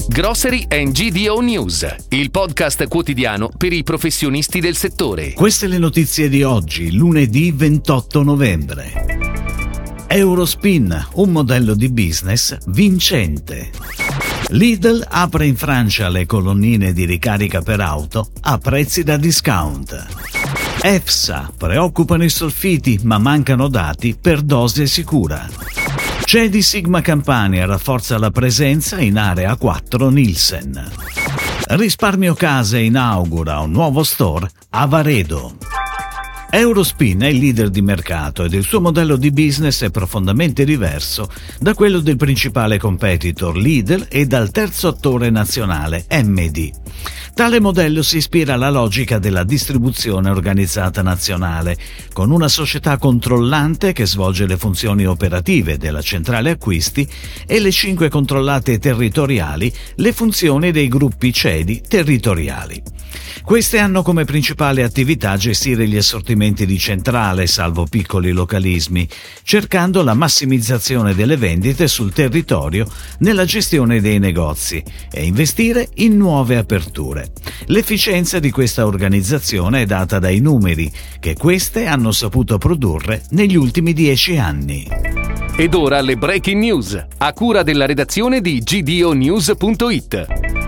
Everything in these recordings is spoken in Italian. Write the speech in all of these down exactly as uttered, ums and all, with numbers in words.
Grocery and G D O News, il podcast quotidiano per i professionisti del settore. Queste le notizie di oggi, lunedì ventotto novembre. Eurospin, un modello di business vincente. Lidl apre in Francia le colonnine di ricarica per auto a prezzi da discount. EFSA, preoccupano i solfiti ma mancano dati per dose sicura. Cedi Sigma Campania rafforza la presenza in area quattro Nielsen. Risparmio Case inaugura un nuovo store a Varedo. Eurospin è il leader di mercato ed il suo modello di business è profondamente diverso da quello del principale competitor Lidl e dal terzo attore nazionale M D. Tale modello si ispira alla logica della distribuzione organizzata nazionale, con una società controllante che svolge le funzioni operative della centrale acquisti e le cinque controllate territoriali le funzioni dei gruppi cedi territoriali. Queste hanno come principale attività gestire gli assortimenti di centrale, salvo piccoli localismi, cercando la massimizzazione delle vendite sul territorio nella gestione dei negozi e investire in nuove aperture. L'efficienza di questa organizzazione è data dai numeri che queste hanno saputo produrre negli ultimi dieci anni. Ed ora le breaking news, a cura della redazione di G D O news punto it.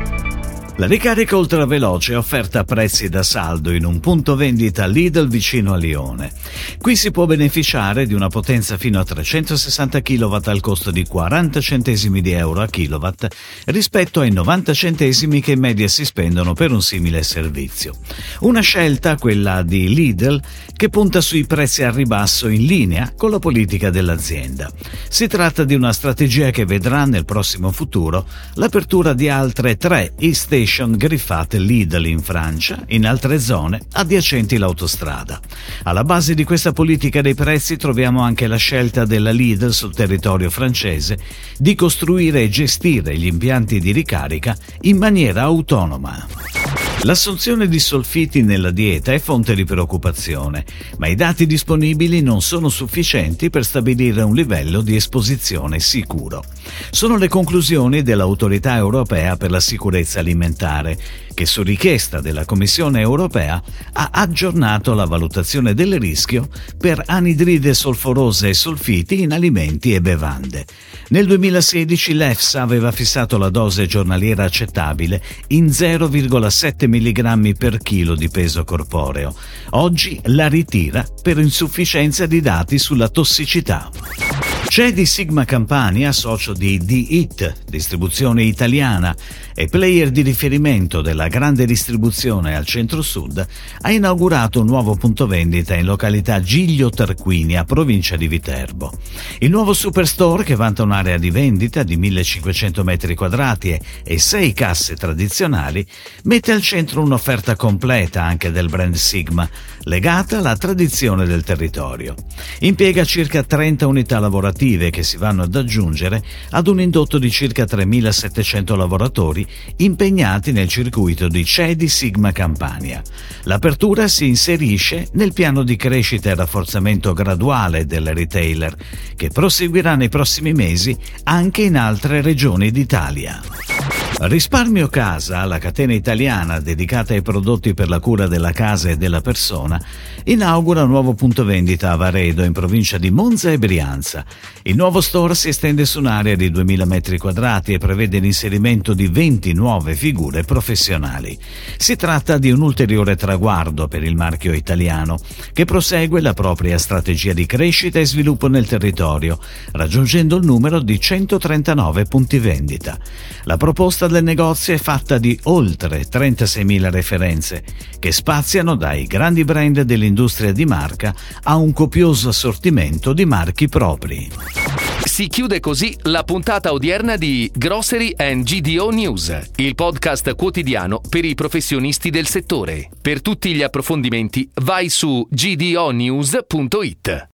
La ricarica ultraveloce è offerta a prezzi da saldo in un punto vendita Lidl vicino a Lione. Qui si può beneficiare di una potenza fino a trecentosessanta chilowatt al costo di quaranta centesimi di euro a kilowatt rispetto ai novanta centesimi che in media si spendono per un simile servizio. Una scelta, quella di Lidl, che punta sui prezzi al ribasso in linea con la politica dell'azienda. Si tratta di una strategia che vedrà nel prossimo futuro l'apertura di altre tre e-station griffate Lidl in Francia, in altre zone adiacenti l'autostrada. Alla base di questa politica dei prezzi troviamo anche la scelta della Lidl sul territorio francese di costruire e gestire gli impianti di ricarica in maniera autonoma. L'assunzione di solfiti nella dieta è fonte di preoccupazione, ma i dati disponibili non sono sufficienti per stabilire un livello di esposizione sicuro. Sono le conclusioni dell'Autorità Europea per la Sicurezza Alimentare, che su richiesta della Commissione Europea ha aggiornato la valutazione del rischio per anidride solforosa e solfiti in alimenti e bevande. Nel duemilasedici l'EFSA aveva fissato la dose giornaliera accettabile in zero virgola sette milligrammi per chilo di peso corporeo. Oggi la ritira per insufficienza di dati sulla tossicità. Cedi Sigma Campania, socio di D-It, distribuzione italiana e player di riferimento della grande distribuzione al centro-sud, ha inaugurato un nuovo punto vendita in località Giglio Tarquinia, provincia di Viterbo. Il nuovo superstore, che vanta un'area di vendita di millecinquecento metri quadrati e sei casse tradizionali, mette al centro un'offerta completa anche del brand Sigma, legata alla tradizione del territorio. Impiega circa trenta unità lavorative che si vanno ad aggiungere ad un indotto di circa tremilasettecento lavoratori impegnati nel circuito di Cedi Sigma Campania. L'apertura si inserisce nel piano di crescita e rafforzamento graduale del retailer, che proseguirà nei prossimi mesi anche in altre regioni d'Italia. Risparmio Casa, la catena italiana dedicata ai prodotti per la cura della casa e della persona, inaugura un nuovo punto vendita a Varedo, in provincia di Monza e Brianza. Il nuovo store si estende su un'area di duemila metri quadrati e prevede l'inserimento di venti nuove figure professionali. Si tratta di un ulteriore traguardo per il marchio italiano, che prosegue la propria strategia di crescita e sviluppo nel territorio, raggiungendo il numero di centotrentanove punti vendita. La proposta del negozio è fatta di oltre trentaseimila referenze, che spaziano dai grandi brand dell'industria di marca a un copioso assortimento di marchi propri. Si chiude così la puntata odierna di Grocery and G D O News, il podcast quotidiano per i professionisti del settore. Per tutti gli approfondimenti vai su G D O news punto it.